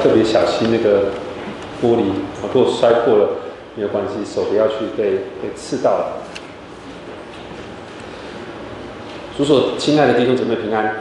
特别小心那个玻璃，如果摔破了没有关系，手不要去被刺到了。主所亲爱的弟兄姐妹平安。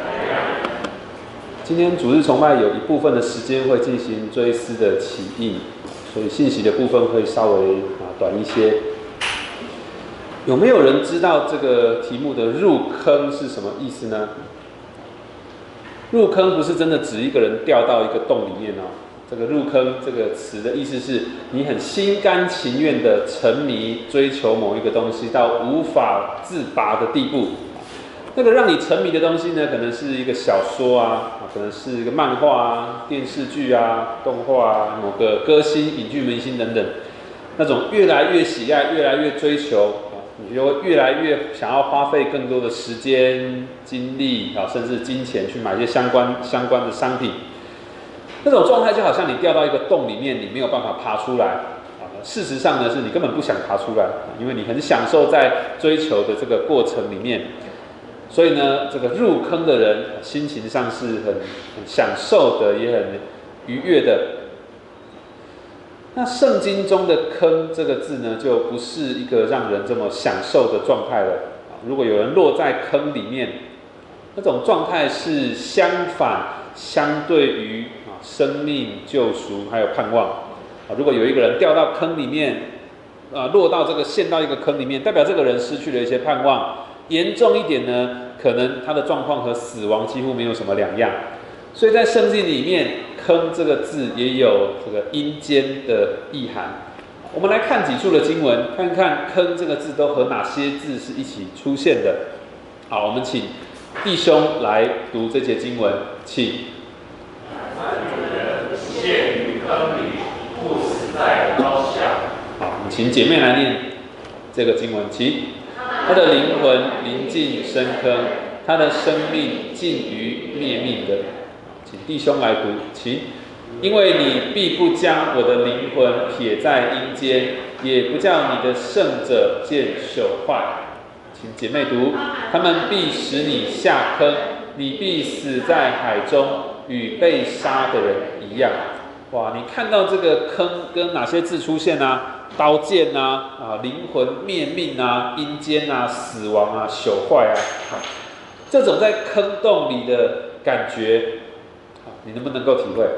今天主日崇拜有一部分的时间会进行追思的起应，所以信息的部分会稍微短一些。有没有人知道这个题目的入坑是什么意思呢？入坑不是真的指一个人掉到一个洞里面哦。这个入坑这个词的意思是你很心甘情愿的沉迷追求某一个东西到无法自拔的地步。那个让你沉迷的东西呢，可能是一个小说啊，可能是一个漫画啊、电视剧啊、动画啊、某个歌星、影剧明星等等，那种越来越喜爱、越来越追求，你就会越来越想要花费更多的时间、精力啊，甚至金钱去买一些相关的商品。那种状态就好像你掉到一个洞里面，你没有办法爬出来啊。事实上呢，是你根本不想爬出来，因为你很享受在追求的这个过程里面。所以呢，这个入坑的人心情上是很享受的，也很愉悦的。那圣经中的坑这个字呢，就不是一个让人这么享受的状态了。如果有人落在坑里面，那种状态是相对于生命救赎还有盼望。如果有一个人掉到坑里面，落到陷到一个坑里面，代表这个人失去了一些盼望。严重一点呢，可能他的状况和死亡几乎没有什么两样。所以在圣经里面，坑这个字也有这个阴间的意涵。我们来看几处的经文，看看坑这个字都和哪些字是一起出现的。好，我们请弟兄来读这节经文，请。陷于坑里，不死在刀下。好，我们请姐妹来念这个经文，请。他的灵魂临近深坑，他的生命近于灭命的。请弟兄来读，请。因为你必不将我的灵魂撇在阴间，也不叫你的圣者见朽坏。请姐妹读，他们必使你下坑，你必死在海中，与被杀的人一样。哇，你看到这个坑跟哪些字出现啊？刀剑啊，灵魂灭命啊，阴间啊，死亡啊，朽坏啊，这种在坑洞里的感觉，你能不能够体会？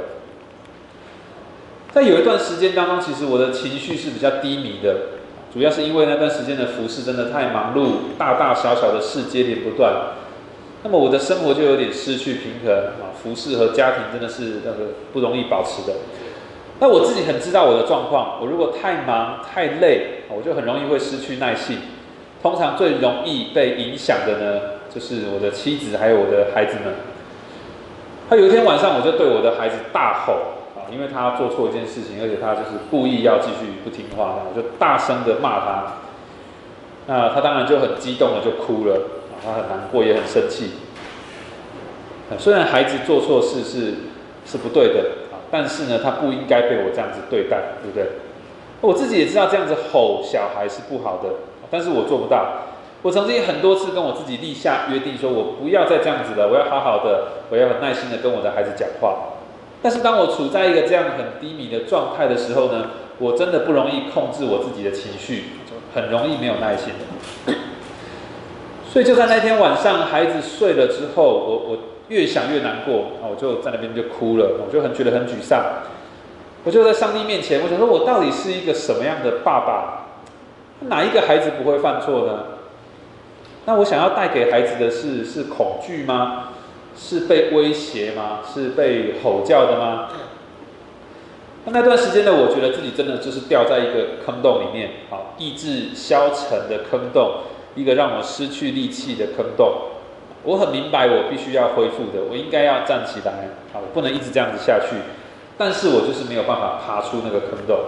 在有一段时间当中，其实我的情绪是比较低迷的，主要是因为那段时间的服事真的太忙碌，大大小小的事接连不断，那么我的生活就有点失去平衡啊，服事和家庭真的是那个不容易保持的。那我自己很知道我的状况，我如果太忙太累，我就很容易会失去耐性。通常最容易被影响的呢，就是我的妻子还有我的孩子们。有一天晚上，我就对我的孩子大吼啊，因为他做错一件事情，而且他就是故意要继续不听话，我就大声的骂他。那他当然就很激动的就哭了，他很难过也很生气。虽然孩子做错事是不对的。但是呢，他不应该被我这样子对待，对不对？我自己也知道这样子吼小孩是不好的，但是我做不到。我曾经很多次跟我自己立下约定，说我不要再这样子了，我要好好的，我要很耐心的跟我的孩子讲话。但是当我处在一个这样很低迷的状态的时候呢，我真的不容易控制我自己的情绪，就很容易没有耐心的。所以就在那天晚上，孩子睡了之后，我越想越难过，我就在那边就哭了，我就觉得很沮丧。我就在上帝面前，我想说，我到底是一个什么样的爸爸？哪一个孩子不会犯错呢？那我想要带给孩子的是恐惧吗？是被威胁吗？是被吼叫的吗？那段时间呢，我觉得自己真的就是掉在一个坑洞里面，意志消沉的坑洞，一个让我失去力气的坑洞。我很明白我必须要恢复的，我应该要站起来，我不能一直这样子下去，但是我就是没有办法爬出那个坑洞。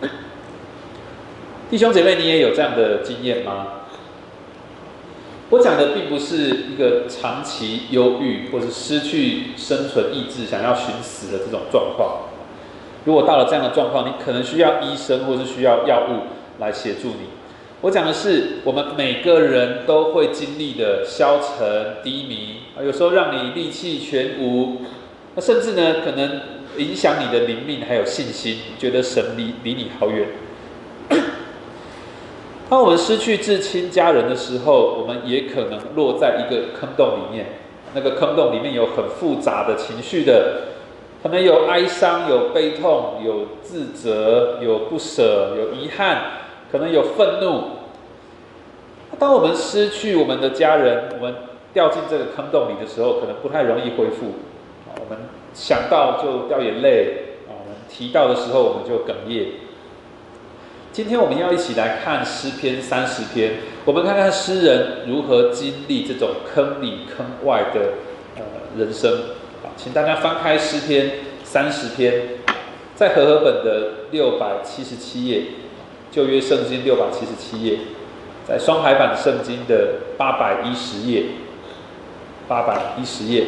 弟兄姐妹，你也有这样的经验吗？我讲的并不是一个长期忧郁或是失去生存意志想要寻死的这种状况。如果到了这样的状况，你可能需要医生或是需要药物来协助你。我讲的是我们每个人都会经历的消沉低迷，有时候让你力气全无，那甚至呢可能影响你的灵命还有信心，觉得神离你好远。当我们失去至亲家人的时候，我们也可能落在一个坑洞里面。那个坑洞里面有很复杂的情绪的，可能有哀伤、有悲痛、有自责、有不舍、有遗憾，可能有愤怒。当我们失去我们的家人，我们掉进这个坑洞里的时候，可能不太容易恢复。我们想到就掉眼泪，我们提到的时候我们就哽咽。今天我们要一起来看诗篇30篇，我们看看诗人如何经历这种坑里坑外的人生。请大家翻开诗篇30篇，在和合本的677页，旧约圣经677页，在双排版圣经的810页，810页。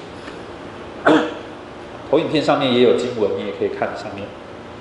投影片上面也有经文，你也可以看上面。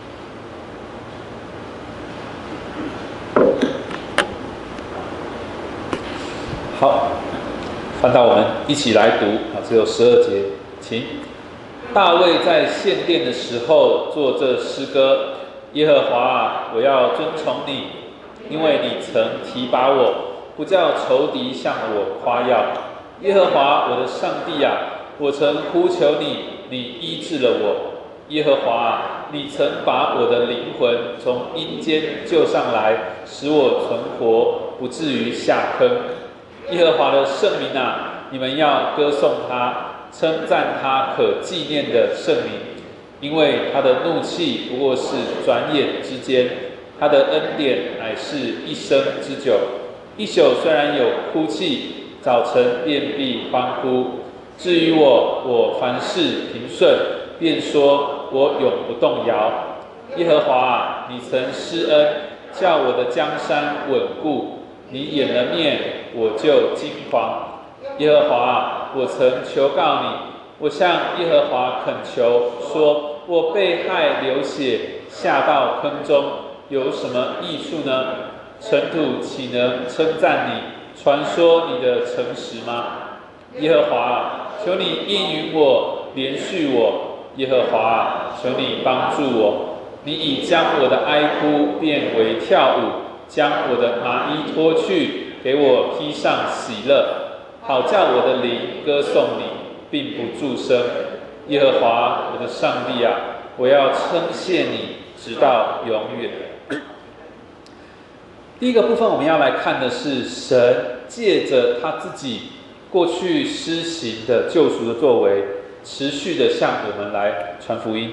好，翻到我们一起来读只有12节，请。大卫在献殿的时候作这诗歌：耶和华啊，我要尊崇你，因为你曾提拔我，不叫仇敌向我夸耀。耶和华我的上帝啊，我曾呼求你，你医治了我。耶和华啊，你曾把我的灵魂从阴间救上来，使我存活，不至于下坑。耶和华的圣名啊，你们要歌颂他，称赞他可纪念的圣名，因为他的怒气不过是转眼之间，他的恩典乃是一生之久。一宿虽然有哭泣，早晨便必欢呼。至于我，我凡事平顺，便说我永不动摇。耶和华啊，你曾施恩，叫我的江山稳固。你掩了面，我就惊惶。耶和华啊，我曾求告你，我向耶和华恳求，说：我被害流血，下到坑中，有什么益处呢？尘土岂能称赞你，传说你的诚实吗？耶和华啊，求你应允我，怜恤我。耶和华啊，求你帮助我。你已将我的哀哭变为跳舞，将我的麻衣脱去，给我披上喜乐，好叫我的灵歌颂你，并不住声。耶和华我的上帝啊，我要称谢你，直到永远。第一个部分我们要来看的是神借着他自己过去施行的救赎的作为，持续的向我们来传福音。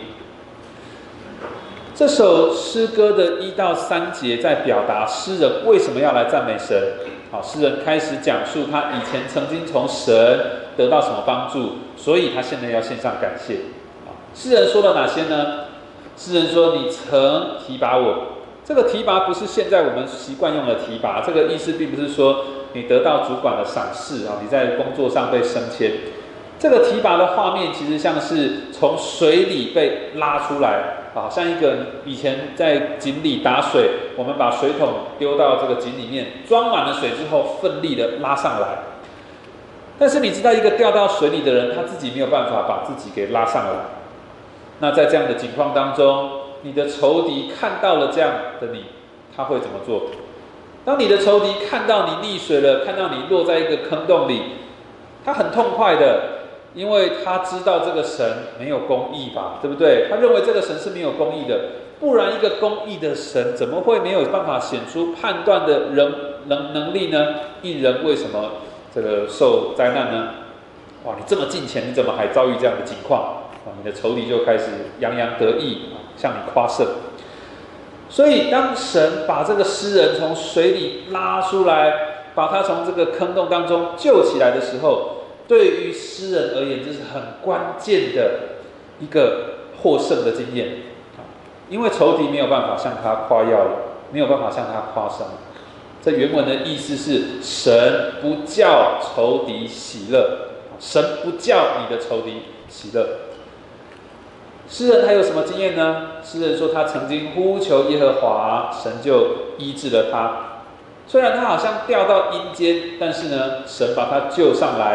这首诗歌的1到3节在表达诗人为什么要来赞美神。好，诗人开始讲述他以前曾经从神得到什么帮助，所以他现在要献上感谢。诗人说了哪些呢？诗人说：你曾提拔我。这个提拔不是现在我们习惯用的提拔，这个意思并不是说你得到主管的赏识啊，你在工作上被升迁。这个提拔的画面其实像是从水里被拉出来，好像一个以前在井里打水，我们把水桶丢到这个井里面，装满了水之后，奋力的拉上来。但是你知道，一个掉到水里的人，他自己没有办法把自己给拉上来。那在这样的情况当中，你的仇敌看到了这样的你，他会怎么做？当你的仇敌看到你溺水了，看到你落在一个坑洞里，他很痛快的，因为他知道这个神没有公义吧，对不对？他认为这个神是没有公义的，不然一个公义的神怎么会没有办法显出判断的能力呢？一人为什么这个受灾难呢？哇，你这么敬虔，你怎么还遭遇这样的情况？你的仇敌就开始洋洋得意，向你夸胜。所以当神把这个诗人从水里拉出来，把他从这个坑洞当中救起来的时候，对于诗人而言，这是很关键的一个获胜的经验。因为仇敌没有办法向他夸耀了，没有办法向他夸胜。这原文的意思是，神不叫仇敌喜乐，神不叫你的仇敌喜乐。诗人他有什么经验呢？诗人说他曾经呼求耶和华，神就医治了他。虽然他好像掉到阴间，但是呢，神把他救上来，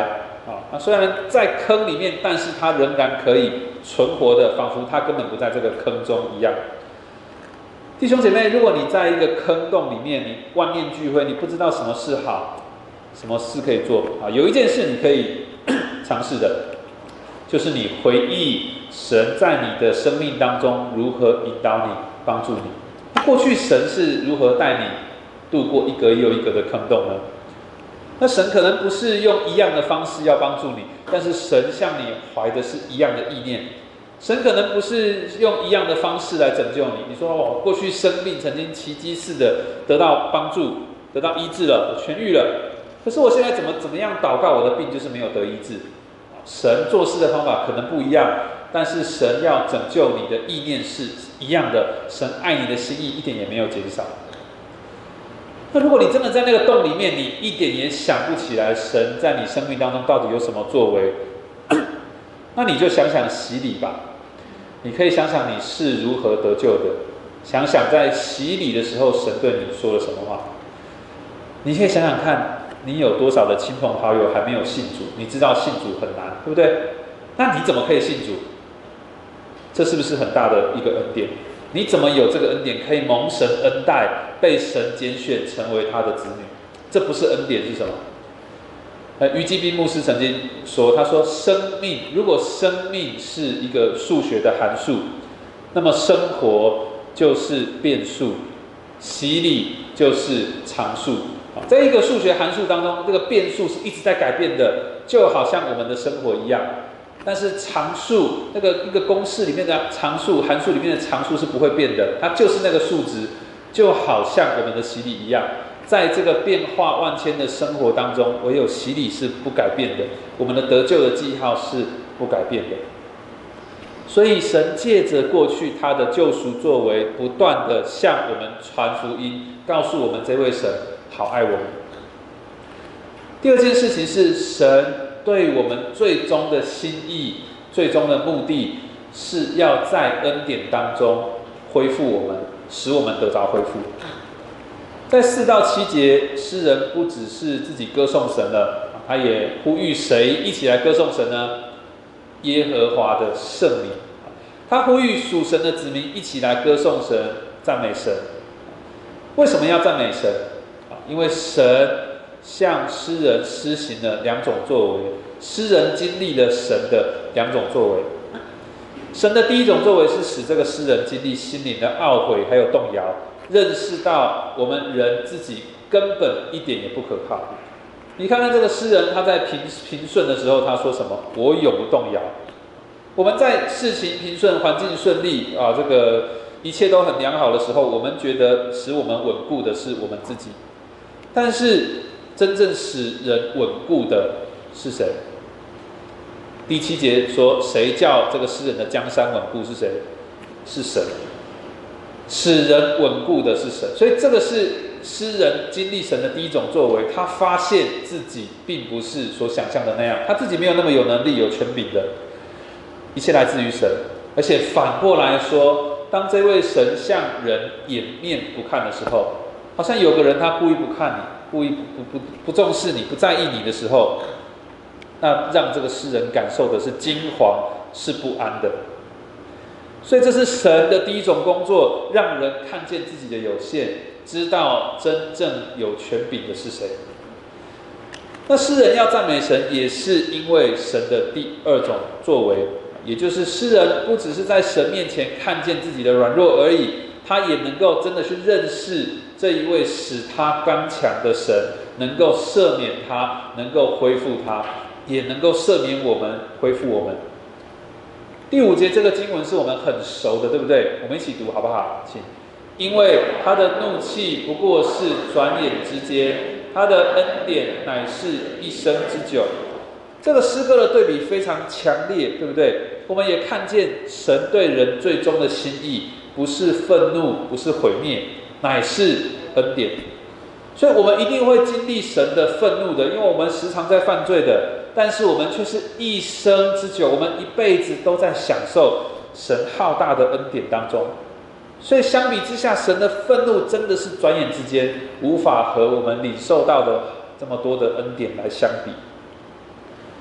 那虽然在坑里面，但是他仍然可以存活的，仿佛他根本不在这个坑中一样。弟兄姐妹，如果你在一个坑洞里面，你万念俱灰，你不知道什么是好，什么事可以做有一件事你可以尝试的，就是你回忆神在你的生命当中如何引导你、帮助你。过去神是如何带你度过一个又一个的坑洞呢？那神可能不是用一样的方式要帮助你，但是神向你怀的是一样的意念。神可能不是用一样的方式来拯救你。你说过去生病曾经奇迹似的得到帮助、得到医治了，我痊愈了。可是我现在怎么样祷告，我的病就是没有得医治。神做事的方法可能不一样，但是神要拯救你的意念是一样的。神爱你的心意一点也没有减少。那如果你真的在那个洞里面，你一点也想不起来神在你生命当中到底有什么作为，那你就想想洗礼吧。你可以想想你是如何得救的，想想在洗礼的时候神对你说了什么话。你可以想想看，你有多少的亲朋好友还没有信主？你知道信主很难，对不对？那你怎么可以信主？这是不是很大的一个恩典？你怎么有这个恩典，可以蒙神恩待，被神拣选成为他的子女？这不是恩典是什么？于基斌牧师曾经说，他说生命，如果生命是一个数学的函数，那么生活就是变数，洗礼就是常数。在一个数学函数当中，这个变数是一直在改变的，就好像我们的生活一样。但是常数，那个一个公式里面的常数、函数里面的常数是不会变的，它就是那个数值，就好像我们的洗礼一样。在这个变化万千的生活当中，唯有洗礼是不改变的，我们的得救的记号是不改变的。所以神借着过去他的救赎作为，不断的向我们传福音，告诉我们这位神好爱我们。第二件事情是，神对我们最终的心意、最终的目的，是要在恩典当中恢复我们，使我们得着恢复。在4到7节，诗人不只是自己歌颂神了，他也呼吁谁一起来歌颂神呢？耶和华的圣名。他呼吁属神的子民一起来歌颂神、赞美神。为什么要赞美神？因为神向诗人施行了2种作为，诗人经历了神的2种作为。神的第一种作为是使这个诗人经历心灵的懊悔还有动摇，认识到我们人自己根本一点也不可靠。你看看这个诗人，他在平顺的时候他说什么？我永不动摇。我们在事情平顺、环境顺利这个一切都很良好的时候，我们觉得使我们稳固的是我们自己，但是真正使人稳固的是谁？第7节说，谁叫这个诗人的江山稳固？是谁？是神。使人稳固的是神。所以这个是诗人经历神的第一种作为，他发现自己并不是所想象的那样，他自己没有那么有能力、有权柄的，一切来自于神。而且反过来说，当这位神向人掩面不看的时候，好像有个人他故意不看你，故意不重视你，不在意你的时候，那让这个诗人感受的是惊惶，是不安的。所以这是神的第一种工作，让人看见自己的有限，知道真正有权柄的是谁。那诗人要赞美神，也是因为神的第二种作为，也就是诗人不只是在神面前看见自己的软弱而已，他也能够真的去认识这一位使他刚强的神，能够赦免他，能够恢复他，也能够赦免我们，恢复我们。第5节这个经文是我们很熟的，对不对？我们一起读好不好？请。因为他的怒气不过是转眼之间，他的恩典乃是一生之久。这个诗歌的对比非常强烈，对不对？我们也看见神对人最终的心意，不是愤怒，不是毁灭，乃是恩典。所以我们一定会经历神的愤怒的，因为我们时常在犯罪的，但是我们却是一生之久，我们一辈子都在享受神浩大的恩典当中。所以相比之下，神的愤怒真的是转眼之间，无法和我们领受到的这么多的恩典来相比。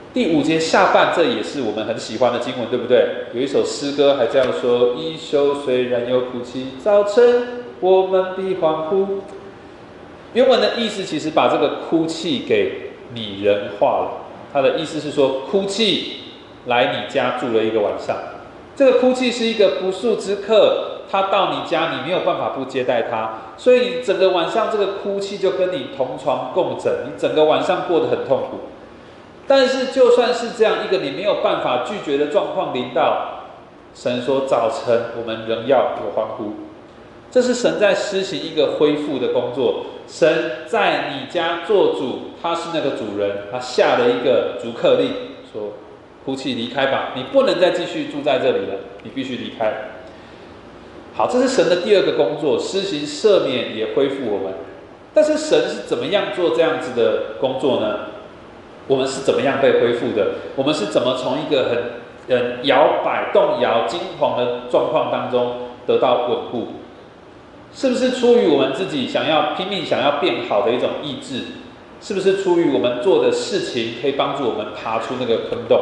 第5节下半，这也是我们很喜欢的经文，对不对？有一首诗歌还这样说：一宿虽然有哭泣，早晨我们必欢呼。原文的意思其实把这个哭泣给拟人化了，它的意思是说，哭泣来你家住了一个晚上，这个哭泣是一个不速之客，他到你家，你没有办法不接待他，所以整个晚上这个哭泣就跟你同床共枕，你整个晚上过得很痛苦。但是就算是这样一个你没有办法拒绝的状况临到，神说早晨我们仍要有欢呼。这是神在施行一个恢复的工作，神在你家做主，他是那个主人，他下了一个逐客令，说哭泣离开吧，你不能再继续住在这里了，你必须离开。好，这是神的第2个工作，施行赦免也恢复我们。但是神是怎么样做这样子的工作呢？我们是怎么样被恢复的？我们是怎么从一个很摇摆、动摇、惊惶的状况当中得到稳固？是不是出于我们自己拼命想要变好的一种意志？是不是出于我们做的事情可以帮助我们爬出那个坑洞？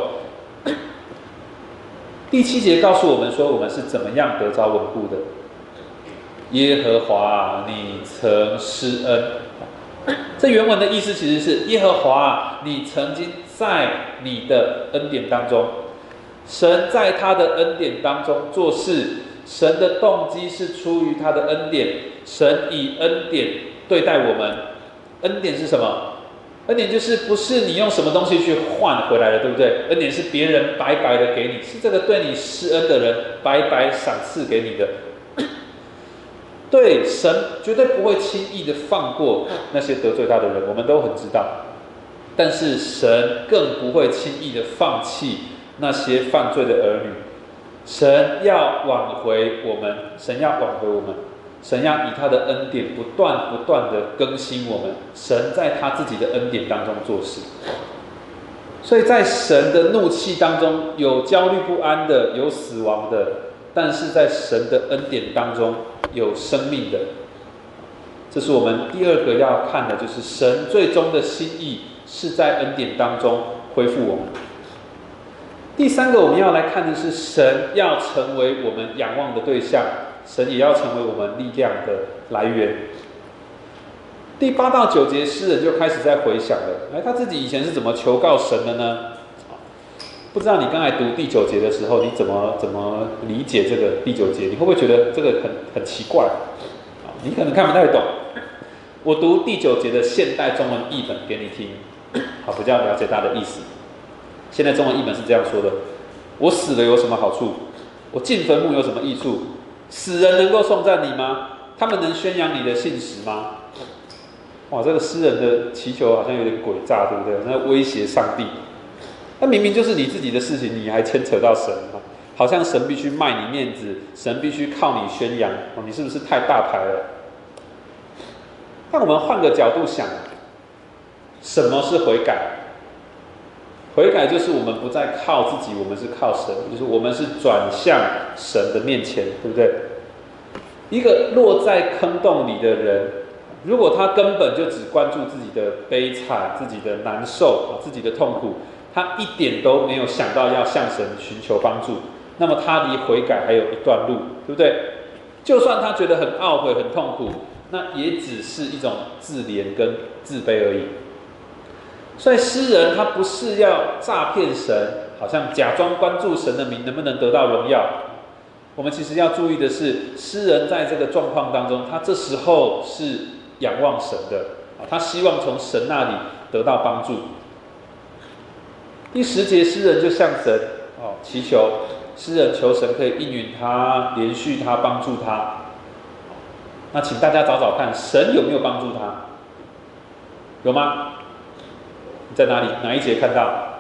第7节告诉我们说，我们是怎么样得着稳固的？耶和华，你曾施恩。这原文的意思其实是耶和华，你曾经在你的恩典当中，神在他的恩典当中做事，神的动机是出于他的恩典，神以恩典对待我们。恩典是什么？恩典就是不是你用什么东西去换回来的，对不对？恩典是别人白白的给你，是这个对你施恩的人白白赏赐给你的。对，神绝对不会轻易的放过那些得罪他的人，我们都很知道。但是神更不会轻易的放弃那些犯罪的儿女。神要挽回我们，神要挽回我们，神要以他的恩典不断的更新我们。神在他自己的恩典当中做事。所以在神的怒气当中，有焦虑不安的，有死亡的，但是在神的恩典当中有生命的。这是我们第2个要看的，就是神最终的心意是在恩典当中恢复我们。第3个我们要来看的是，神要成为我们仰望的对象，神也要成为我们力量的来源。第8到9节，诗人就开始在回想了，他自己以前是怎么求告神的呢？不知道你刚才读第9节的时候，你怎么理解这个第9节？你会不会觉得这个很奇怪？你可能看不太懂。我读第9节的现代中文译本给你听，好，比较了解它的意思。现代中文译本是这样说的：我死了有什么好处？我进坟墓有什么益处？死人能够颂赞你吗？他们能宣扬你的信实吗？哇，这个诗人的祈求好像有点诡诈，对不对？那威胁上帝。那明明就是你自己的事情，你还牵扯到神，好像神必须卖你面子，神必须靠你宣扬，你是不是太大牌了？但我们换个角度想，什么是悔改？悔改就是我们不再靠自己，我们是靠神，就是我们是转向神的面前，对不对？一个落在坑洞里的人，如果他根本就只关注自己的悲惨、自己的难受、自己的痛苦，他一点都没有想到要向神寻求帮助，那么他离悔改还有一段路，对不对？就算他觉得很懊悔、很痛苦，那也只是一种自怜跟自卑而已。所以诗人他不是要诈骗神，好像假装关注神的名能不能得到荣耀。我们其实要注意的是，诗人在这个状况当中，他这时候是仰望神的，他希望从神那里得到帮助。第10节，诗人就向神祈求，诗人求神可以应允他，连续他，帮助他。那请大家找找看，神有没有帮助他？有吗？你在哪里？哪一节看到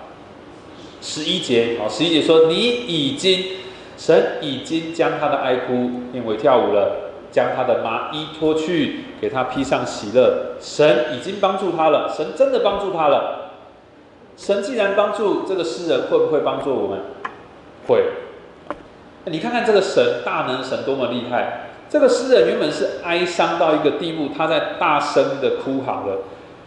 ？11节，11节说：“神已经将他的哀哭变为跳舞了，将他的麻衣脱去，给他披上喜乐。神已经帮助他了，神真的帮助他了。神既然帮助这个诗人，会不会帮助我们？会。你看看这个神，大能神多么厉害！这个诗人原本是哀伤到一个地步，他在大声的哭嚎了。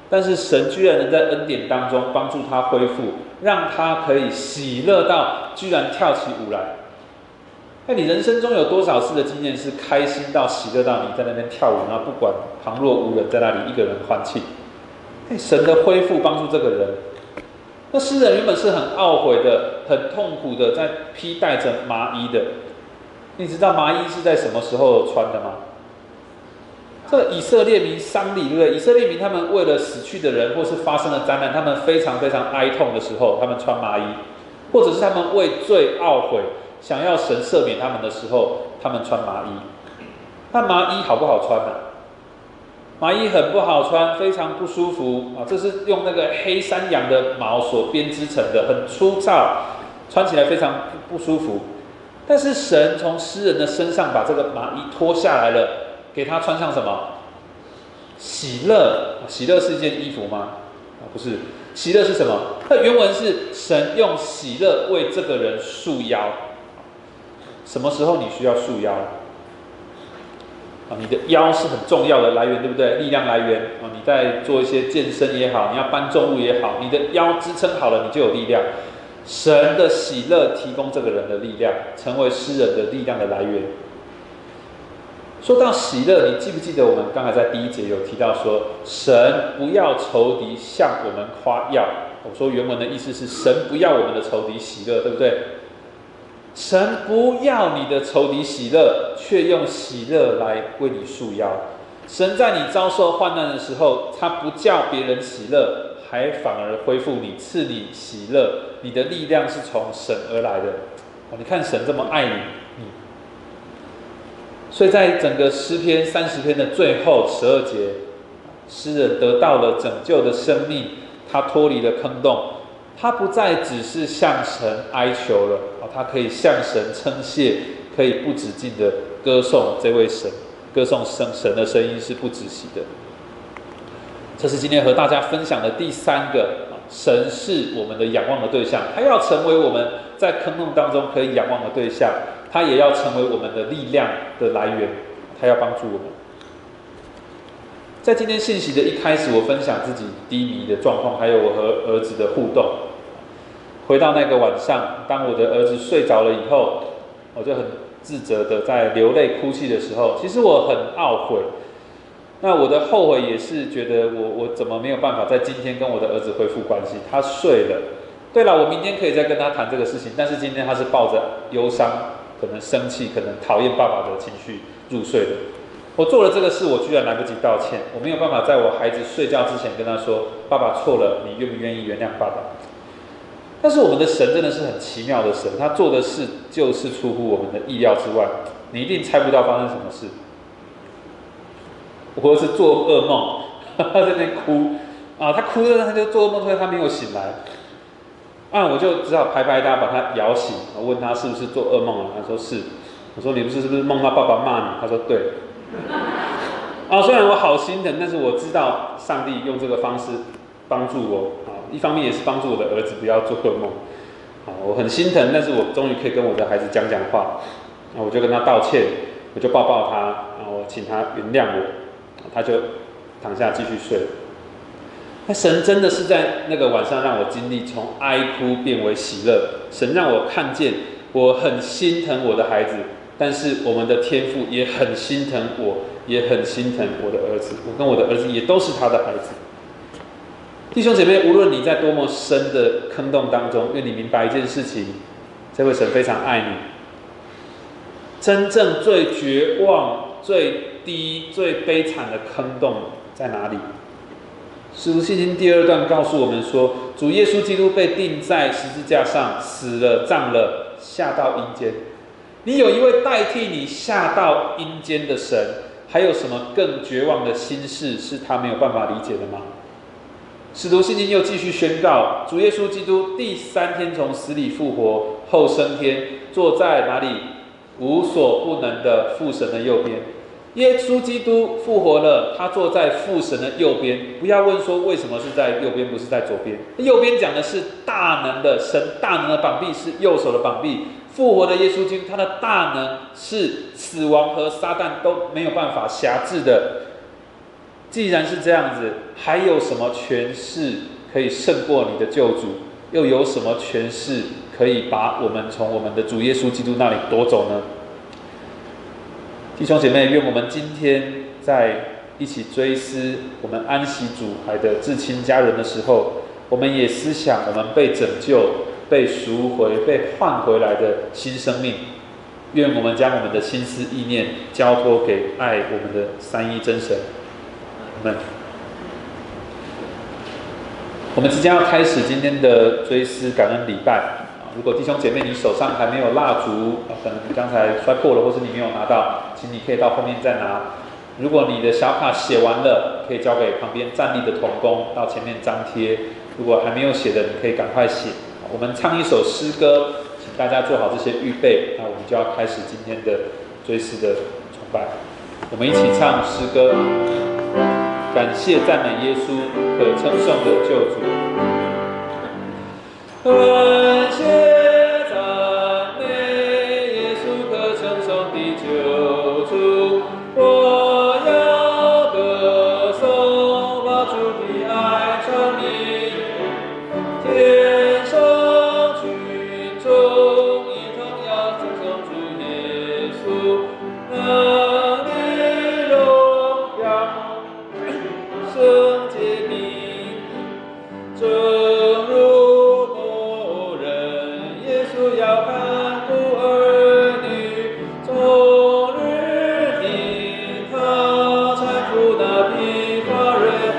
但是神居然能在恩典当中帮助他恢复，让他可以喜乐到居然跳起舞来。那你人生中有多少次的经验是开心到喜乐到你在那边跳舞，然后不管旁若无人，在那里一个人欢庆？神的恢复帮助这个人。那诗人原本是很懊悔的、很痛苦的，在披戴着麻衣的。你知道麻衣是在什么时候穿的吗？这以色列民丧礼，对不对？以色列民他们为了死去的人，或是发生了灾难，他们非常非常哀痛的时候，他们穿麻衣；或者是他们为罪懊悔，想要神赦免他们的时候，他们穿麻衣。那麻衣好不好穿呢？麻衣很不好穿，非常不舒服啊！这是用那个黑山羊的毛所编织成的，很粗糙，穿起来非常不舒服。但是神从诗人的身上把这个麻衣脱下来了，给他穿上什么？喜乐。喜乐是一件衣服吗？不是，喜乐是什么？它原文是神用喜乐为这个人束腰。什么时候你需要束腰？你的腰是很重要的来源，对不对？力量来源啊！你在做一些健身也好，你要搬重物也好，你的腰支撑好了，你就有力量。神的喜乐提供这个人的力量，成为诗人的力量的来源。说到喜乐，你记不记得我们刚才在第一节有提到说，神不要仇敌向我们夸耀。我说原文的意思是，神不要我们的仇敌喜乐，对不对？神不要你的仇敌喜乐，却用喜乐来为你束腰。神在你遭受患难的时候，他不叫别人喜乐，还反而恢复你，赐你喜乐。你的力量是从神而来的。你看神这么爱你，所以在整个诗篇30篇的最后12节，诗人得到了拯救的生命，他脱离了坑洞。他不再只是向神哀求了，他可以向神称谢，可以不止境的歌颂这位神，歌颂神的声音是不止息的。这是今天和大家分享的第3个，神是我们的仰望的对象，他要成为我们在坑洞当中可以仰望的对象，他也要成为我们的力量的来源，他要帮助我们。在今天信息的一开始，我分享自己低迷的状况，还有我和儿子的互动。回到那个晚上，当我的儿子睡着了以后，我就很自责的在流泪哭泣的时候，其实我很懊悔。那我的后悔也是觉得我怎么没有办法在今天跟我的儿子恢复关系？他睡了，对了，我明天可以再跟他谈这个事情，但是今天他是抱着忧伤、可能生气、可能讨厌爸爸的情绪入睡的。我做了这个事，我居然来不及道歉，我没有办法在我孩子睡觉之前跟他说：“爸爸错了，你愿不愿意原谅爸爸？”但是我们的神真的是很奇妙的神，他做的事就是出乎我们的意料之外，你一定猜不到发生什么事。我儿子做噩梦，他在那边哭啊，他哭了，他就做噩梦，所以他没有醒来。我就只好拍拍他，把他摇醒，我问他是不是做噩梦了，他说是。我说你是不是梦到爸爸骂你？他说对。虽然我好心疼，但是我知道上帝用这个方式帮助我一方面也是帮助我的儿子不要做噩梦我很心疼，但是我终于可以跟我的孩子讲讲话我就跟他道歉，我就抱抱他，我请他原谅我，他就躺下继续睡。那神真的是在那个晚上让我经历从哀哭变为喜乐，神让我看见我很心疼我的孩子，但是我们的天父也很心疼我，也很心疼我的儿子，我跟我的儿子也都是他的孩子。弟兄姐妹，无论你在多么深的坑洞当中，愿你明白一件事情，这位神非常爱你。真正最绝望、最低、最悲惨的坑洞在哪里？使徒信经第2段告诉我们说，主耶稣基督被钉在十字架上，死了、葬了，下到阴间。你有一位代替你下到阴间的神，还有什么更绝望的心事是他没有办法理解的吗？使徒信经又继续宣告，主耶稣基督第3天从死里复活，后升天，坐在哪里？无所不能的父神的右边。耶稣基督复活了，他坐在父神的右边。不要问说为什么是在右边，不是在左边。右边讲的是大能的神，大能的膀臂是右手的膀臂。复活的耶稣基督，他的大能是死亡和撒旦都没有办法辖制的。 既然是这样子，还有什么权势可以胜过你的救主？又有什么权势可以把我们从我们的主耶稣基督那里夺走呢？弟兄姐妹，愿我们今天在一起追思我们安息主怀的至亲家人的时候，我们也思想我们被拯救、被赎回、被换回来的新生命。愿我们将我们的心思意念交托给爱我们的三一真神。我们即将要开始今天的追思感恩礼拜。如果弟兄姐妹你手上还没有蜡烛，可能你刚才摔破了，或是你没有拿到，请你可以到后面再拿。如果你的小卡写完了，可以交给旁边站立的同工到前面张贴。如果还没有写的，你可以赶快写。我们唱一首诗歌，请大家做好这些预备。那我们就要开始今天的追思的崇拜。我们一起唱诗歌，感谢赞美耶稣可称颂的救主。感谢赞美耶稣可称颂的救主，我要歌颂把主的爱传明，天上群众一同要称颂主耶稣，能力荣耀圣洁名，正如要看顾儿女，终日听他搀扶那疲乏人，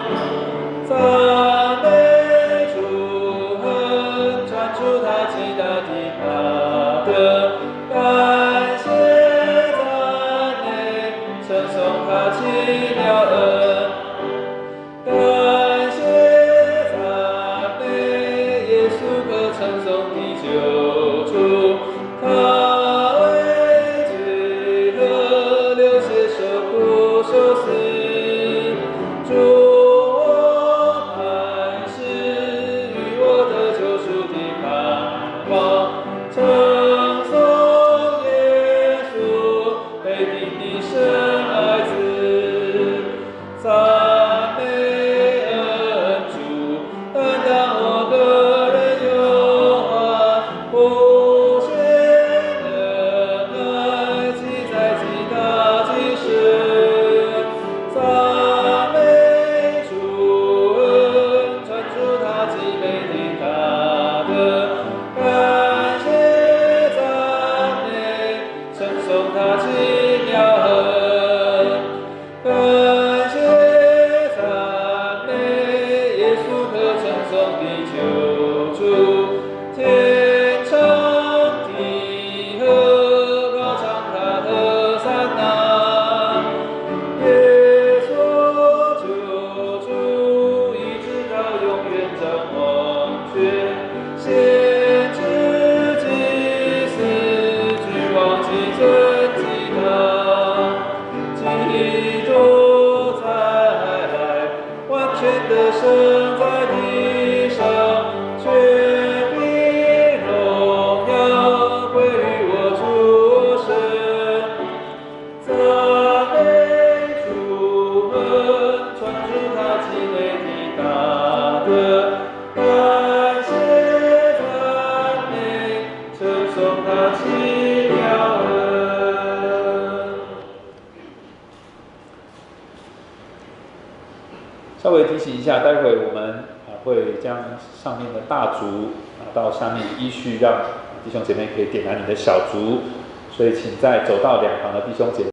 赞美主恩，传出他极大的大德，感谢赞美，称颂他奇妙恩，感谢赞美耶稣可称颂的救主，他为罪和流血受苦受死，主我乃是与我的救赎的盼望，称颂耶稣被定的深爱子，赞美恩主，担当我个人永恒不限的爱，记在极大极深，赞美主恩，传出他极美的大德，感谢赞美，称颂他奇妙恩，感谢赞美耶稣可称颂的救主，天长地和高唱他和散那，耶稣救主一直到永远掌王权，先知祭司君王既尊祭他，基督再来，完全的生在地上，权柄荣耀归于我主神，赞美主恩，传出他极美的大德，感谢赞美，称颂他奇妙恩。稍微提醒一下，待会我们会将上面的大烛拿到下面，依序让弟兄姐妹可以点燃你的小烛，所以请在走道两旁的弟兄姐妹